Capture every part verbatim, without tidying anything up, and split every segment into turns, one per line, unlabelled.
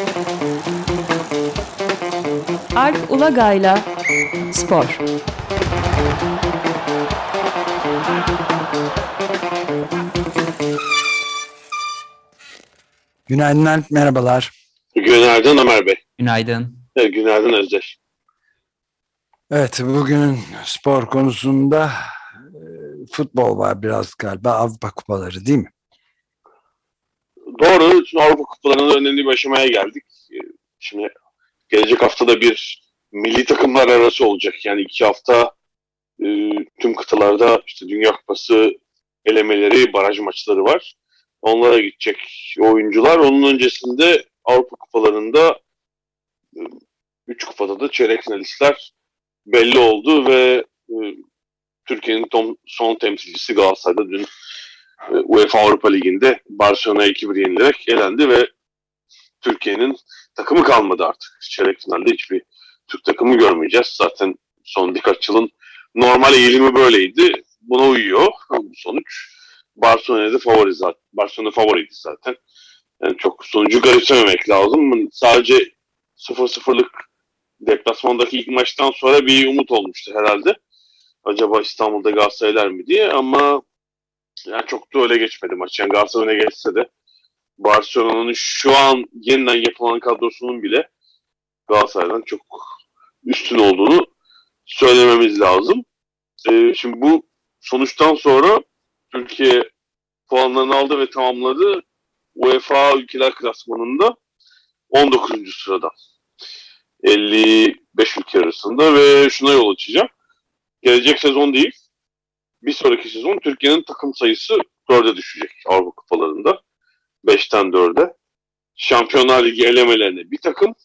Alp Ulagay'la Spor.
Günaydın Alp, merhabalar.
Günaydın Ömer Bey.
Günaydın.
Evet, günaydın Özdeş.
Evet, bugünün spor konusunda e, futbol var biraz galiba, Avrupa Kupaları değil mi?
Doğru, Avrupa Kupalarının önemli bir aşamaya geldik. Şimdi gelecek haftada bir milli takımlar arası olacak. Yani iki hafta e, tüm kıtalarda işte Dünya Kupası elemeleri, baraj maçları var. Onlara gidecek oyuncular. Onun öncesinde Avrupa Kupalarında e, üç kupada da çeyrek finalistler belli oldu ve e, Türkiye'nin tom, son temsilcisi Galatasaray'da dün e, UEFA Avrupa Ligi'nde Barcelona'ya iki bir yenilerek elendi ve Türkiye'nin takımı kalmadı artık. Çeyrek finalde hiçbir Türk takımı görmeyeceğiz. Zaten son birkaç yılın normal eğilimi böyleydi. Buna uyuyor bu sonuç. Barcelona'da favori zaten. Barcelona favoriydi zaten. Yani çok sonucu garipsememek lazım. Sadece sıfır sıfırlık deplasmandaki ilk maçtan sonra bir umut olmuştu herhalde. Acaba İstanbul'da Galatasaraylar mı diye, ama yani çok da öyle geçmedi maç. Yani Galatasaray öne geçse de Barcelona'nın şu an yeniden yapılan kadrosunun bile Galatasaray'dan çok üstün olduğunu söylememiz lazım. Ee, şimdi bu sonuçtan sonra Türkiye puanlarını aldı ve tamamladı. UEFA Ülkeler Klasmanı'nda on dokuzuncu sırada. elli beş ülke arasında ve şuna yol açacak. Gelecek sezon değil, bir sonraki sezon Türkiye'nin takım sayısı dörde düşecek Avrupa Kupalarında. beşten dörde. Şampiyonlar Ligi elemelerine bir takım.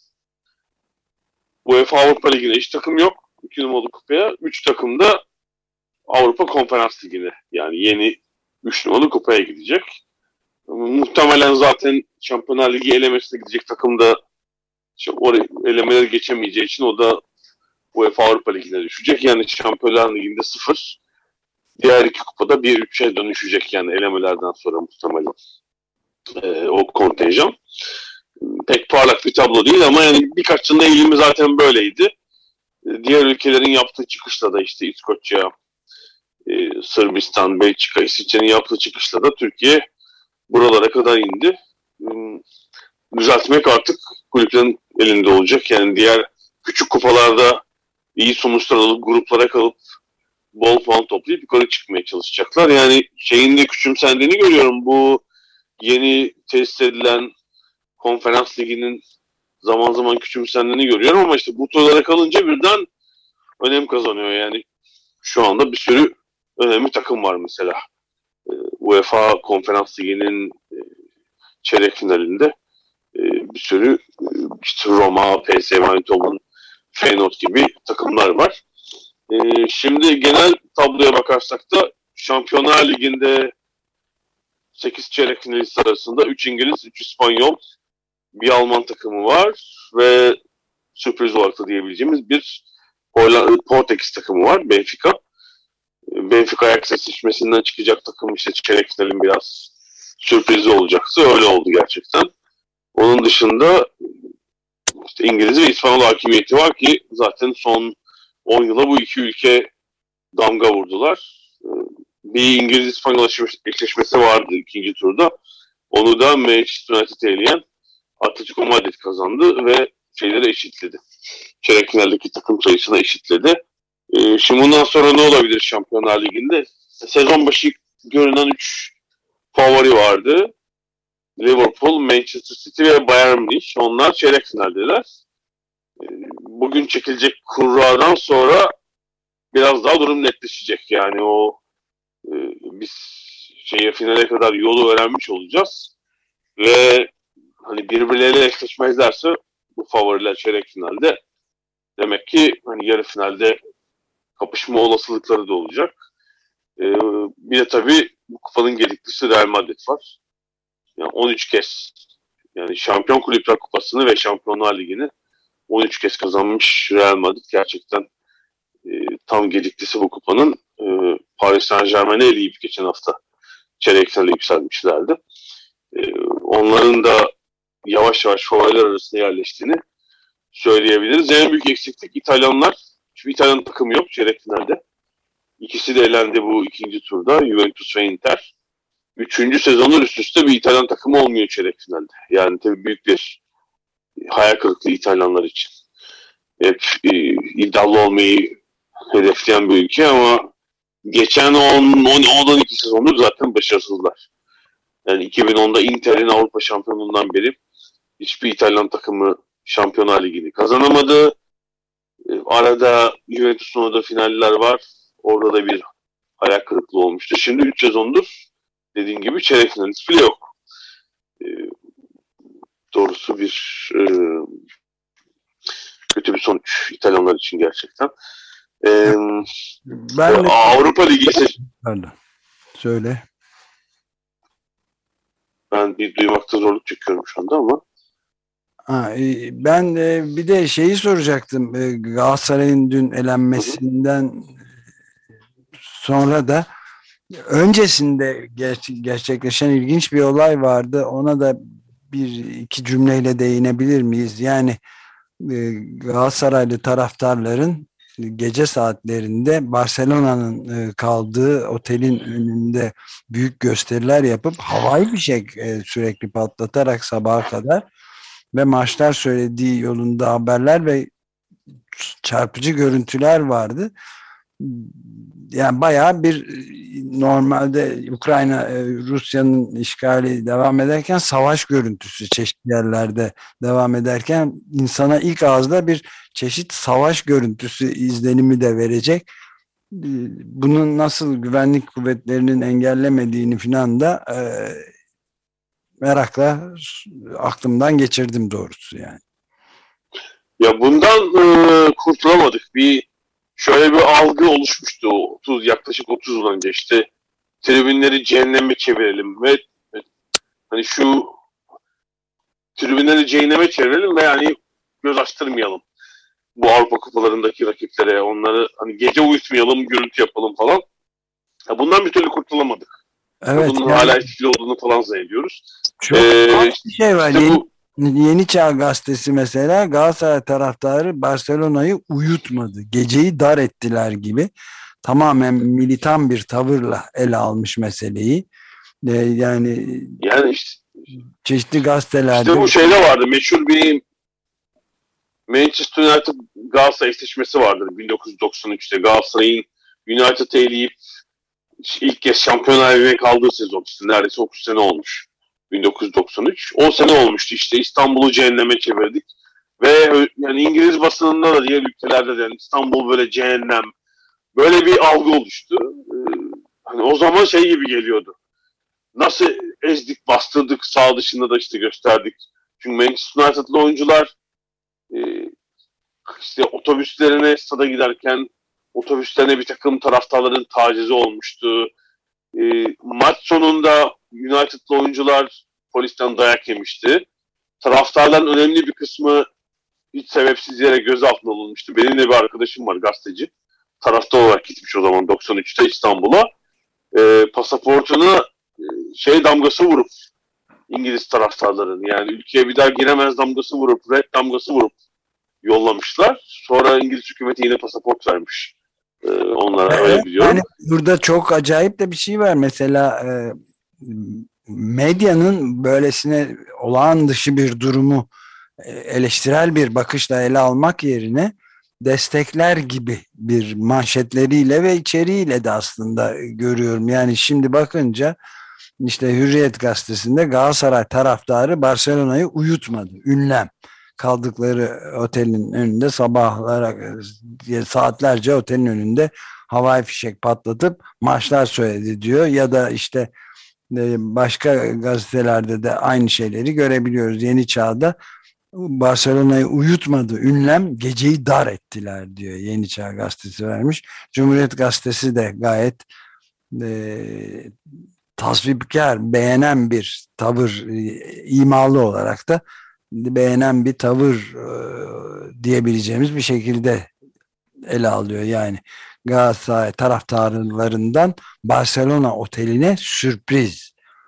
UEFA Avrupa Ligi'ne hiç takım yok. iki numaralı kupaya. üç takım da Avrupa Konferans Ligi'ne. Yani yeni üç numaralı kupaya gidecek. Muhtemelen zaten Şampiyonlar Ligi elemesine gidecek takım da işte oraya elemeleri geçemeyeceği için o da UEFA Avrupa Ligi'ne düşecek. Yani Şampiyonlar Ligi'nde sıfır. Diğer iki kupada bir üçe dönüşecek yani elemelerden sonra muhtemelen ee, o kontenjan. Pek parlak bir tablo değil ama yani birkaç yılda eğilimi zaten böyleydi. Diğer ülkelerin yaptığı çıkışla da işte İskoçya, e, Sırbistan, Belçika, İsviçre'nin yaptığı çıkışla da Türkiye buralara kadar indi. Hmm, düzeltmek artık kulüplerin elinde olacak. Yani diğer küçük kupalarda iyi sonuçlar alıp gruplara kalıp bol puan toplayıp yukarı çıkmaya çalışacaklar. Yani şeyin de küçümsendiğini görüyorum. Bu yeni tesis edilen Konferans Ligi'nin zaman zaman küçümsendiğini görüyorum ama işte bu turlara kalınca birden önem kazanıyor. Yani şu anda bir sürü önemli takım var mesela. UEFA Konferans Ligi'nin çeyrek finalinde bir sürü işte Roma, P S V Eindhoven, Feyenoord gibi takımlar var. Şimdi genel tabloya bakarsak da Şampiyonlar Ligi'nde sekiz çeyrek finalist arasında üç İngiliz, üç İspanyol, bir Alman takımı var ve sürpriz olarak da diyebileceğimiz bir Portekiz takımı var, Benfica. Benfica Ajax eşleşmesinden çıkacak takım işte çeyrek finalin biraz sürprizi olacaktı. Öyle oldu gerçekten. Onun dışında işte İngiliz ve İspanyol hakimiyeti var ki zaten son on yıla bu iki ülke damga vurdular. Bir İngiliz-İspanyol eşleşmesi vardı ikinci turda. Onu da Manchester United eleyen Atletico Madrid kazandı ve şeyleri eşitledi. Çeyrek finaldeki takım sayısını eşitledi. Ee, şimdi bundan sonra ne olabilir Şampiyonlar Ligi'nde? Sezon başı görünen üç favori vardı. Liverpool, Manchester City ve Bayern Münih. Onlar çeyrek finaldeler. Ee, bugün çekilecek kurradan sonra biraz daha durum netleşecek. Yani o e, biz şeye finale kadar yolu öğrenmiş olacağız. Ve hani birbirleriyle eşleşmezlerse bu favoriler çeyrek finalde, demek ki hani yarı finalde kapışma olasılıkları da olacak. Ee, bir de tabii bu kupanın gediklisi Real Madrid var. Yani on üç kez yani Şampiyon Kulüpler Kupası'nı ve Şampiyonlar Ligi'ni on üç kez kazanmış Real Madrid gerçekten e, tam gediklisi bu kupanın. E, Paris Saint-Germain'i eleyip geçen hafta çeyrek finale yükselmişlerdi. E, onların da yavaş yavaş favoriler arasında yerleştiğini söyleyebiliriz. En büyük eksiklik İtalyanlar. Çünkü İtalyan takımı yok çeyrek finalde. İkisi de elendi bu ikinci turda. Juventus ve Inter. Üçüncü sezonun üst üste bir İtalyan takımı olmuyor çeyrek finalde. Yani tabii büyük bir hayal kırıklığı İtalyanlar için. Hep e, iddialı olmayı hedefleyen bir ülke ama geçen on on iki sezondur zaten başarısızlar. Yani iki bin onda Inter'in Avrupa şampiyonluğundan beri hiçbir İtalyan takımı Şampiyonlar Ligi'ni kazanamadı. E, arada Juventus'un da finaller var. Orada da bir hayal kırıklığı olmuştu. Şimdi üç sezondur dediğim gibi çeyrek finalist bile yok. E, doğrusu bir e, kötü bir sonuç İtalyanlar için gerçekten. E,
ben de...
Avrupa Ligi ise...
Pardon. Söyle.
Ben bir duymakta zorluk çekiyorum şu anda ama.
Ha, ben de bir de şeyi soracaktım. Galatasaray'ın dün elenmesinden sonra da öncesinde ger- gerçekleşen ilginç bir olay vardı. Ona da bir iki cümleyle değinebilir miyiz? Yani Galatasaraylı taraftarların gece saatlerinde Barcelona'nın kaldığı otelin önünde büyük gösteriler yapıp havai fişek sürekli patlatarak sabaha kadar ve maçlar söylediği yolunda haberler ve çarpıcı görüntüler vardı. Yani bayağı bir normalde Ukrayna Rusya'nın işgali devam ederken savaş görüntüsü çeşitli yerlerde devam ederken insana ilk ağızda bir çeşit savaş görüntüsü izlenimi de verecek. Bunun nasıl güvenlik kuvvetlerinin engellemediğini filan da e, merakla aklımdan geçirdim doğrusu yani.
Ya bundan e, kurtulamadık. Bir şöyle bir algı oluşmuştu otuz yaklaşık otuz yıl önce işte tribünleri cehenneme çevirelim ve hani şu tribünleri cehenneme çevirelim ve yani göz açtırmayalım bu Avrupa kupalarındaki rakiplere, onları hani gece uyutmayalım, gürültü yapalım falan. Ya bundan bir türlü kurtulamadık. Evet, bunun yani, hala etkili olduğunu falan zannediyoruz.
Çok ee, bir şey var. Işte yeni, bu, Yeni Çağ Gazetesi mesela Galatasaray taraftarı Barcelona'yı uyutmadı. Geceyi dar ettiler gibi. Tamamen militan bir tavırla ele almış meseleyi. Ee, yani
yani işte,
çeşitli gazetelerde.
İşte bu şeyde vardı. Meşhur bir Manchester United Galatasaray eşleşmesi vardır bin dokuz yüz doksan üçte. Galatasaray'ın United'ı eleyip ilk kez Şampiyonlar Ligi'ne kaldığı sezon. İşte neredeyse otuz sene olmuş. bin dokuz yüz doksan üç. on sene olmuştu işte. İstanbul'u cehenneme çevirdik. Ve yani İngiliz basınında da diğer ülkelerde de yani İstanbul böyle cehennem. Böyle bir algı oluştu. Ee, hani o zaman şey gibi geliyordu. Nasıl ezdik, bastırdık, sağ dışında da işte gösterdik. Çünkü Manchester United'lı oyuncular e, işte otobüslerine stada giderken otobüslerine bir takım taraftarların tacizi olmuştu. E, maç sonunda United'lı oyuncular polisten dayak yemişti. Taraftarların önemli bir kısmı hiç sebepsiz yere gözaltına alınmıştı. Benim de bir arkadaşım var, gazeteci. Taraftar olarak gitmiş o zaman doksan üçte İstanbul'a. E, pasaportuna e, şey damgası vurup İngiliz taraftarların yani ülkeye bir daha giremez damgası vurup, red damgası vurup yollamışlar. Sonra İngiliz hükümeti yine pasaport vermiş. Ee, onlara evet, öyle biliyorum.
Yani burada çok acayip de bir şey var. Mesela e, medyanın böylesine olağan dışı bir durumu e, eleştirel bir bakışla ele almak yerine destekler gibi bir manşetleriyle ve içeriğiyle de aslında görüyorum. Yani şimdi bakınca işte Hürriyet gazetesinde Galatasaray taraftarı Barcelona'yı uyutmadı. Ünlem. Kaldıkları otelin önünde sabahlara saatlerce otelin önünde havai fişek patlatıp maçlar söyledi diyor. Ya da işte başka gazetelerde de aynı şeyleri görebiliyoruz. Yeni Çağ'da Barcelona'yı uyutmadı. Ünlem geceyi dar ettiler diyor. Yeni Çağ gazetesi vermiş. Cumhuriyet gazetesi de gayet e, tasvipkar, beğenen bir tavır, e, imalı olarak da beğenen bir tavır e, diyebileceğimiz bir şekilde ele alıyor. Yani Galatasaray taraftarlarından Barcelona oteline sürpriz.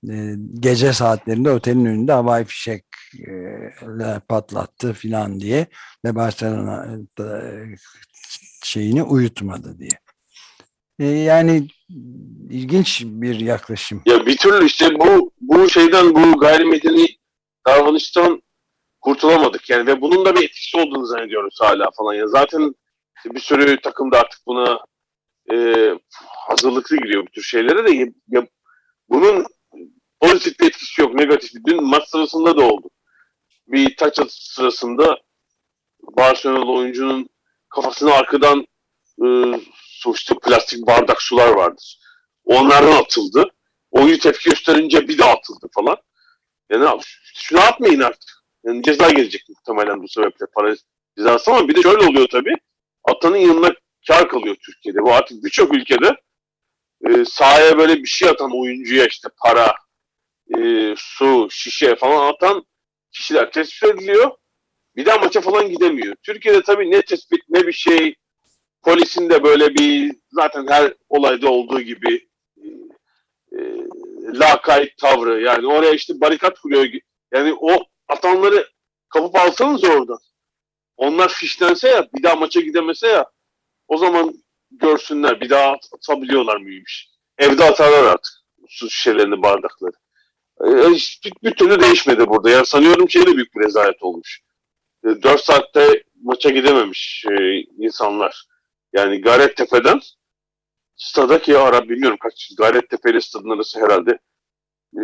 e, gece saatlerinde otelin önünde havai fişekle patlattı filan diye ve Barcelona e, şeyini uyutmadı diye. E, yani ilginç bir yaklaşım.
Ya bir türlü işte bu bu şeyden, bu gayrimedeni davranıştan kurtulamadık yani, ve bunun da bir etkisi olduğunu zannediyoruz hala falan. Ya zaten bir sürü takım da artık buna e, hazırlıklı giriyor bu tür şeylere de, ya, ya bunun pozitif bir etkisi yok, negatif. Dün maç sırasında da oldu. Bir taç atışı sırasında Barcelona'lı oyuncunun kafasına arkadan e, su, işte plastik bardak sular vardır. Onlardan atıldı. Oyuncu tepki gösterince bir de atıldı falan. Yani şunu atmayın artık. Yani ceza gelecek muhtemelen bu sebeple, para cezası, ama bir de şöyle oluyor tabii. Atanın yanına kar kalıyor Türkiye'de. Bu artık birçok ülkede e, sahaya böyle bir şey atan oyuncuya işte para, e, su, şişe falan atan kişiler tespit ediliyor. Bir daha maça falan gidemiyor. Türkiye'de tabii ne tespit ne bir şey. Polisin de böyle bir, zaten her olayda olduğu gibi e, e, lakayt tavrı. Yani oraya işte barikat kuruyor. Yani o atanları kapıp alsanız oradan. Onlar fişlense ya, bir daha maça gidemese ya, o zaman görsünler bir daha atabiliyorlar mıymış. Evde atarlar artık su şişelerini, bardakları. E, bir, bir türlü değişmedi burada. Yani sanıyorum şey de büyük bir rezalet olmuş. E, dört saatte maça gidememiş e, insanlar. Yani Gayrettepe'den stada, ki ara bilmiyorum kaç, Gayrettepe ile stadın arası herhalde e,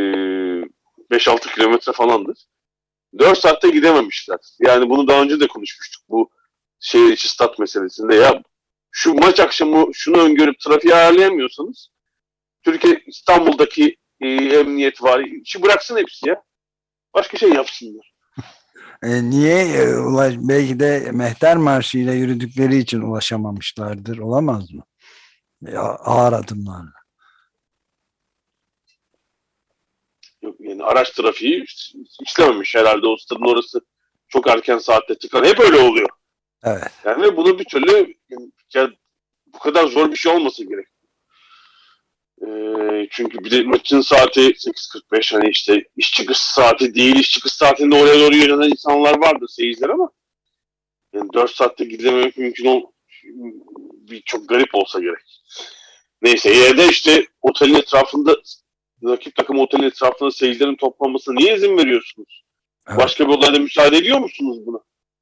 beş altı kilometre falandır. dört saatte gidememişler. Yani bunu daha önce de konuşmuştuk bu şehir içi stat meselesinde. Ya şu maç akşamı şunu öngörüp trafiği ayarlayamıyorsanız, Türkiye İstanbul'daki e, emniyet var. İşi bıraksın hepsi ya. Başka şey yapsınlar.
E, niye e, ulaş, belki de Mehter Marşı ile yürüdükleri için ulaşamamışlardır. Olamaz mı? E, ağır adımlarla.
Yok, yani araç trafiği işlememiş herhalde, o stadın orası çok erken saatte tıkan. Hep öyle oluyor.
Evet.
Yani bunu bir türlü, ya, bu kadar zor bir şey olması gerek. Ee, çünkü bir de maçın saati sekiz kırk beş, hani işte iş çıkış saati değil, iş çıkış saatinde oraya doğru yönelen insanlar vardı, seyirciler, ama yani dört saatte gidememek mümkün ol, bir çok garip olsa gerek. Neyse, yerde işte otelin etrafında, rakip takım otelin etrafında seyircilerin toplanmasına niye izin veriyorsunuz?
Evet.
Başka bir olayda müsaade ediyor musunuz buna?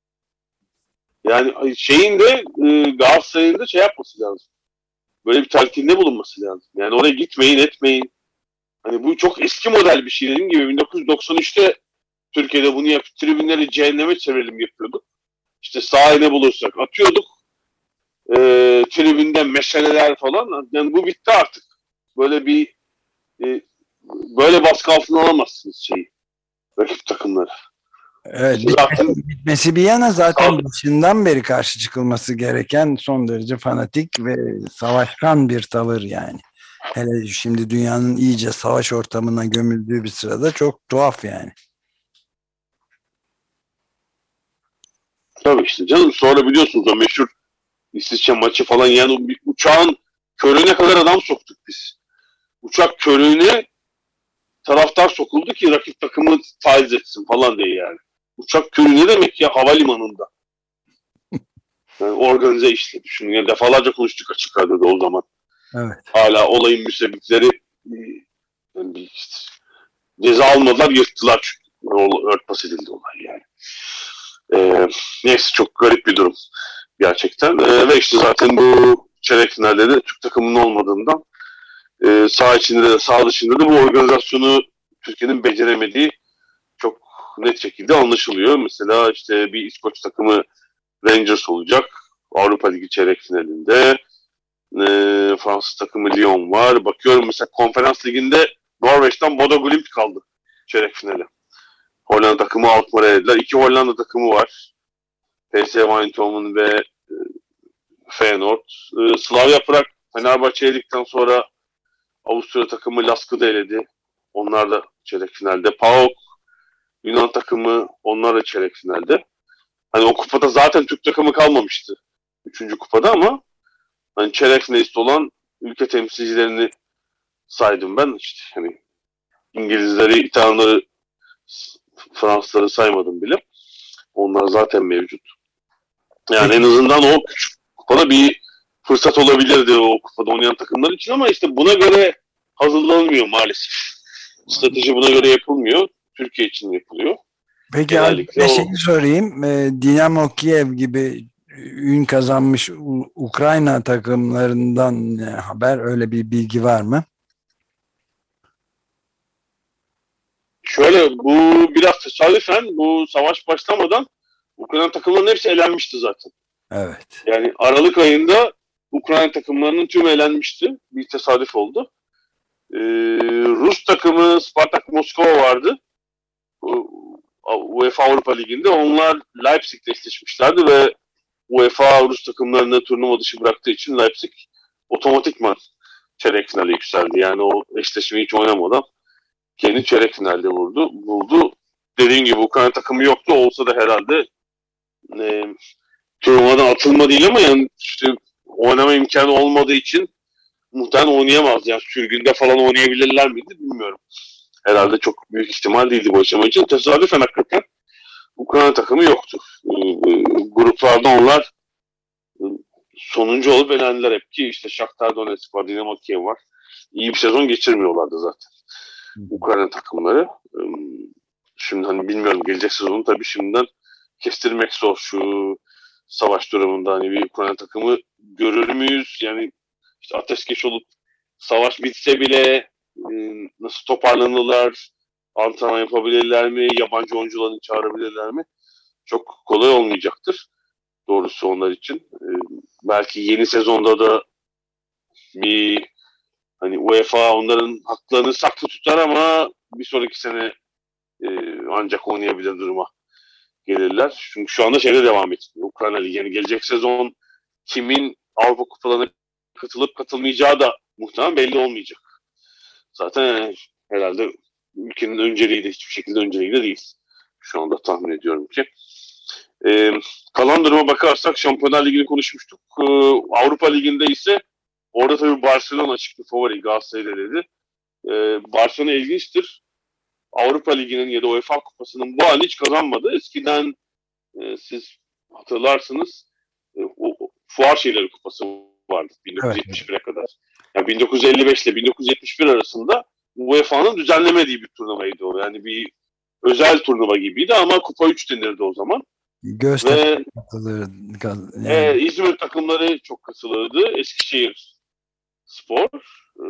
Yani şeyin de e, Galatasaray'ın da şey yapması lazım. Böyle bir telkinde bulunması lazım. Yani oraya gitmeyin, etmeyin. Hani bu çok eski model bir şey, dediğim gibi bin dokuz yüz doksan üçte Türkiye'de bunu yapıp tribünleri cehenneme çevirelim yapıyorduk. İşte sahine bulursak atıyorduk. E, tribünde meşaleler falan. Yani bu bitti artık. Böyle bir e, böyle baskı altına alamazsınız şeyi, rakip takımları.
Evet,
Zaten
bitmesi bir yana, zaten başından beri karşı çıkılması gereken son derece fanatik ve savaşkan bir tavır yani. Hele şimdi dünyanın iyice savaş ortamına gömüldüğü bir sırada çok tuhaf yani.
tabii işte canım, sonra biliyorsunuz o meşhur İsviçre maçı falan, yani bir uçağın körüğüne kadar adam soktuk biz. Uçak körüğüne taraftar sokuldu ki rakip takımı faiz etsin falan diye yani. Uçak körüğü ne demek ya, havalimanında? Yani organize işte, düşünün. Yani defalarca konuştuk açık radyoda o zaman.
Evet.
Hala olayın müsebbipleri yani işte, ceza almadılar, yırttılar çünkü. Örtbas edildi olay yani. Ee, neyse, çok garip bir durum gerçekten. Ee, ve işte zaten bu çeyrek finalde de Türk takımının olmadığından e, saha içinde de saha dışında da bu organizasyonu Türkiye'nin beceremediği çok net şekilde anlaşılıyor. Mesela işte bir İskoç takımı Rangers olacak Avrupa Ligi çeyrek finalinde. E, Fransız takımı Lyon var. Bakıyorum mesela Konferans Ligi'nde Norveç'ten Bodo Glimt kaldı çeyrek finale. Hollanda takımı Alkmaar'a elediler. İki Hollanda takımı var. P S V Eindhoven ve e, Feyenoord. E, Slavia Prag Fenerbahçe eledikten sonra Avusturya takımı Lask'ı da eledi. Onlar da çeyrek finalde. PAOK Yunan takımı, onlar da çeyrek finalde. Hani o kupada zaten Türk takımı kalmamıştı. Üçüncü kupada, ama hani çeyrek finalist olan ülke temsilcilerini saydım ben işte. Hani İngilizleri, İtalyanları, Fransızları saymadım bile. Onlar zaten mevcut. Yani en azından o küçük kupada bir fırsat olabilirdi o kupada oynayan takımlar için ama işte buna göre hazırlanılmıyor maalesef. Strateji buna göre yapılmıyor. Türkiye için yapılıyor.
Peki
Genellikle
bir
o...
şey sorayım. Ee, Dinamo Kiev gibi ün kazanmış U- Ukrayna takımlarından ne haber? Öyle bir bilgi var mı?
Şöyle bu biraz tesadüfen bu savaş başlamadan Ukrayna takımlarının hepsi elenmişti zaten.
Evet.
Yani Aralık ayında Ukrayna takımlarının tümü elenmişti. Bir tesadüf oldu. Ee, Rus takımı Spartak Moskova vardı. UEFA Avrupa Ligi'nde. Onlar Leipzig'le eşleşmişlerdi ve UEFA Rus takımlarını turnuva dışı bıraktığı için Leipzig otomatikman çeyrek finale yükseldi. Yani o eşleşmeyi hiç oynamadan kendi çeyrek finalde vurdu, buldu. Dediğim gibi Ukrayna takımı yoktu. Olsa da herhalde e, turnuvadan atılma değil ama yani işte oynama imkanı olmadığı için muhtemelen oynayamaz. Yani sürgünde falan oynayabilirler miydi bilmiyorum. Herhalde çok büyük ihtimal değildi bu aşama için. Tesadüfen hakikaten Ukrayna takımı yoktu. E, e, gruplarda onlar e, sonuncu olup elendiler hep ki işte Shakhtar Donetsk var, Dinamo Kiev var. İyi bir sezon geçirmiyorlardı zaten. Ukrayna takımları. E, şimdi hani bilmiyorum gelecek sezonu tabii şimdiden kestirmek zor şu savaş durumunda hani bir Ukrayna takımı görür müyüz? Yani işte ateşkes olup savaş bitse bile e, nasıl toparlanırlar? Antrenman yapabilirler mi? Yabancı oyuncularını çağırabilirler mi? Çok kolay olmayacaktır. Doğrusu onlar için. E, belki yeni sezonda da bir hani UEFA onların haklarını saklı tutar ama bir sonraki sene e, ancak oynayabilir duruma gelirler. Çünkü şu anda şeyde devam ediyor. Ukrayna Ligi. Yani gelecek sezon kimin Avrupa Kupalarına katılıp katılmayacağı da muhtemelen belli olmayacak. Zaten yani herhalde ülkenin önceliği de hiçbir şekilde önceliği de değil. Şu anda tahmin ediyorum ki. Ee, kalan duruma bakarsak Şampiyonlar Ligi'ni konuşmuştuk. Ee, Avrupa Ligi'nde ise orada tabii Barcelona çıktı favori Galatasaray'da dedi. Ee, Barcelona ilginçtir. Avrupa Ligi'nin ya da UEFA Kupası'nın bu halini hiç kazanmadı. Eskiden e, siz hatırlarsınız e, o, o Fuar Şeyleri Kupası vardı
Evet.
bin dokuz yüz yetmiş bire kadar. Yani bin dokuz yüz elli beş ile bin dokuz yüz yetmiş bir arasında U E F A'nın düzenlemediği bir turnuvaydı o. Yani bir özel turnuva gibiydi ama Kupa üç denirdi o zaman.
Göztepe
Ve
katılır. Yani.
e, İzmir takımları çok katılırdı. Eskişehir Spor. E,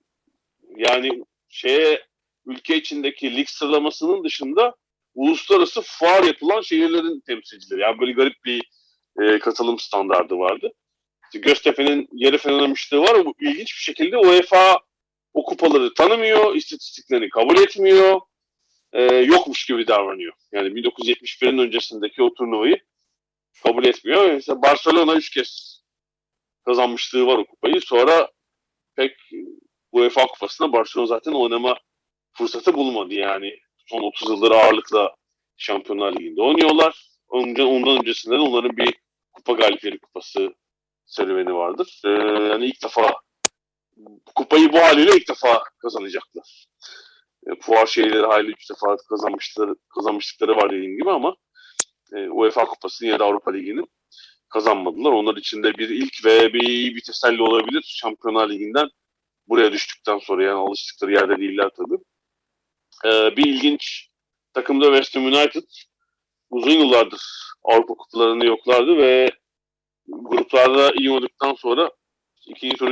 yani şeye ülke içindeki lig sıralamasının dışında uluslararası fuar yapılan şehirlerin temsilcileri. Yani böyle garip bir e, katılım standardı vardı. İşte Göztepe'nin yarı final oynamışlığı var ama ilginç bir şekilde UEFA o kupaları tanımıyor, istatistiklerini kabul etmiyor, e, yokmuş gibi davranıyor. Yani bin dokuz yüz yetmiş birin öncesindeki o turnuvayı kabul etmiyor. Mesela Barcelona üç kez kazanmışlığı var o kupayı. Sonra pek UEFA kupasında Barcelona zaten oynama fırsatı bulmadı yani. Son otuz yıldır ağırlıkla Şampiyonlar Ligi'nde oynuyorlar. Ondan, ondan öncesinde de onların bir kupa galibiyeti kupası serüveni vardır. Ee, yani ilk defa kupayı bu haliyle ilk defa kazanacaklar. E, Fuar şeyleri haliyle üç defa kazanmışları, kazanmışlıkları var dediğim gibi ama e, UEFA Kupası'nı ya da Avrupa Ligi'ni kazanmadılar. Onlar için de bir ilk ve bir iyi bir teselli olabilir. Şampiyonlar Ligi'nden buraya düştükten sonra yani alıştıkları yerde değiller tabii. Ee, bir ilginç takımda West Ham United uzun yıllardır Avrupa kupalarını yoklardı ve gruplarda iyi oynadıktan sonra ikinci turu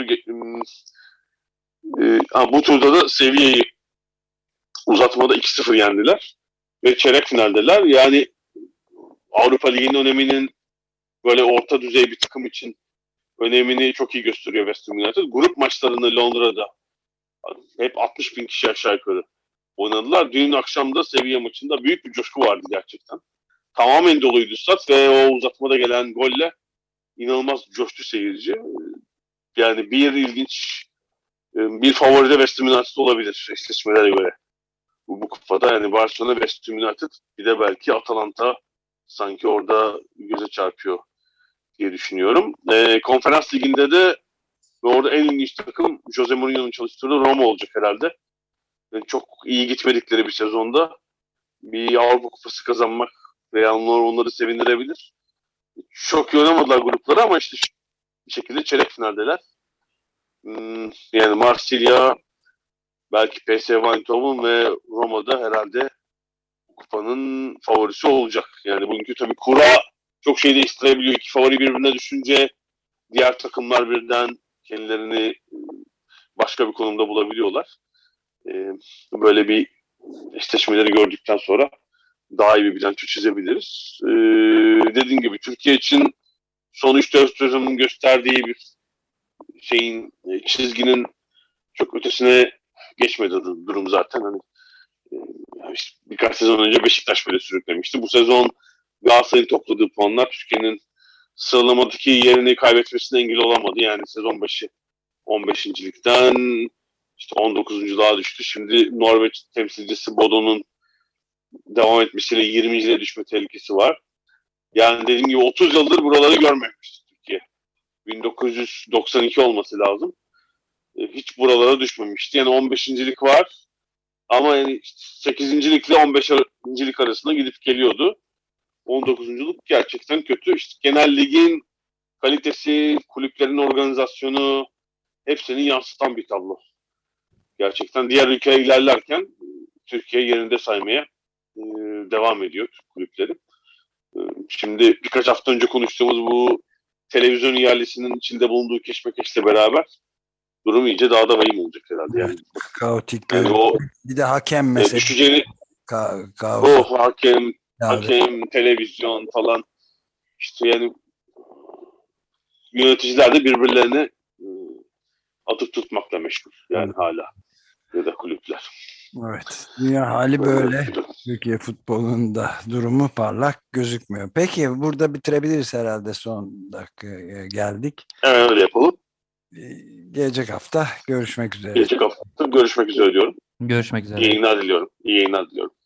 e, bu turda da seviyeyi uzatmada iki sıfır yendiler ve çeyrek finaldeler. Yani Avrupa Ligi'nin öneminin böyle orta düzey bir takım için önemini çok iyi gösteriyor West Ham United. Grup maçlarını Londra'da hep altmış bin kişi aşağı yukarı oynadılar. Dün akşam da seviye maçında büyük bir coşku vardı gerçekten. Tamamen doluydu stat ve o uzatmada gelen golle inanılmaz coştu seyirci. Yani bir ilginç bir favori de West Ham United olabilir eşleşmelere göre. Bu, bu kupada yani Barcelona, West Ham United bir de belki Atalanta sanki orada göze çarpıyor diye düşünüyorum. E, Konferans Ligi'nde de ve orada en ilginç takım Jose Mourinho'nun çalıştırdığı Roma olacak herhalde. Yani çok iyi gitmedikleri bir sezonda bir Avrupa Kupası kazanmak veya onlar onları sevindirebilir. Çok iyi oynamadılar grupları ama işte bir şekilde çeyrek finaldeler. Hmm, yani Marsilya, belki P S V Eindhoven ve Roma'da herhalde kupanın favorisi olacak. Yani bugünkü tabii kura çok şey değiştirebiliyor. İki favori birbirine düşünce diğer takımlar birden kendilerini başka bir konumda bulabiliyorlar. Ee, böyle bir eşleşmeleri gördükten sonra daha iyi bir bilanço çizebiliriz. Ee, dediğim gibi Türkiye için son üç dört sezonun gösterdiği bir şeyin, çizginin çok ötesine geçmedi durum zaten. Hani işte birkaç sezon önce Beşiktaş böyle sürüklemişti. Bu sezon Galatasaray'ın topladığı puanlar Türkiye'nin sıralamadaki yerini kaybetmesine engel olamadı. Yani sezon başı on beşincilikten işte on dokuzunculuğa düştü. Şimdi Norveç temsilcisi Bodo'nun devam etmesiyle yirminciliğe düşme tehlikesi var. Yani dediğim gibi otuz yıldır buraları görmemiş Türkiye. bin dokuz yüz doksan iki olması lazım. Hiç buralara düşmemişti. Yani on beşincilik var. Ama yani sekizincilikle on beşincilik arasında gidip geliyordu. on dokuzunculuk gerçekten kötü. İşte genel ligin kalitesi, kulüplerin organizasyonu hepsini yansıtan bir tablo. Gerçekten diğer ülkeler ilerlerken Türkiye yerinde saymaya e, devam ediyor kulüpleri. E, şimdi birkaç hafta önce konuştuğumuz bu televizyon ihalesinin içinde bulunduğu keşmekeşle beraber durum iyice daha da vahim olacak herhalde. Yani,
kaotik.
yani o
bir de hakem meselesi.
Düşeceğini
Ka ka
o hakem,
yani.
hakem, televizyon falan işte yani yöneticiler de birbirlerine atıp tutmakla meşgul. Yani Hı. hala ya da kulüpler.
Evet. Dünya hali böyle. Türkiye futbolunda durumu parlak gözükmüyor. Peki burada bitirebiliriz herhalde, son dakika geldik.
Evet, öyle yapalım.
Gelecek hafta görüşmek üzere.
Gelecek hafta görüşmek üzere diyorum.
Görüşmek üzere.
İyi yayınlar diliyorum. İyi yayınlar diliyorum.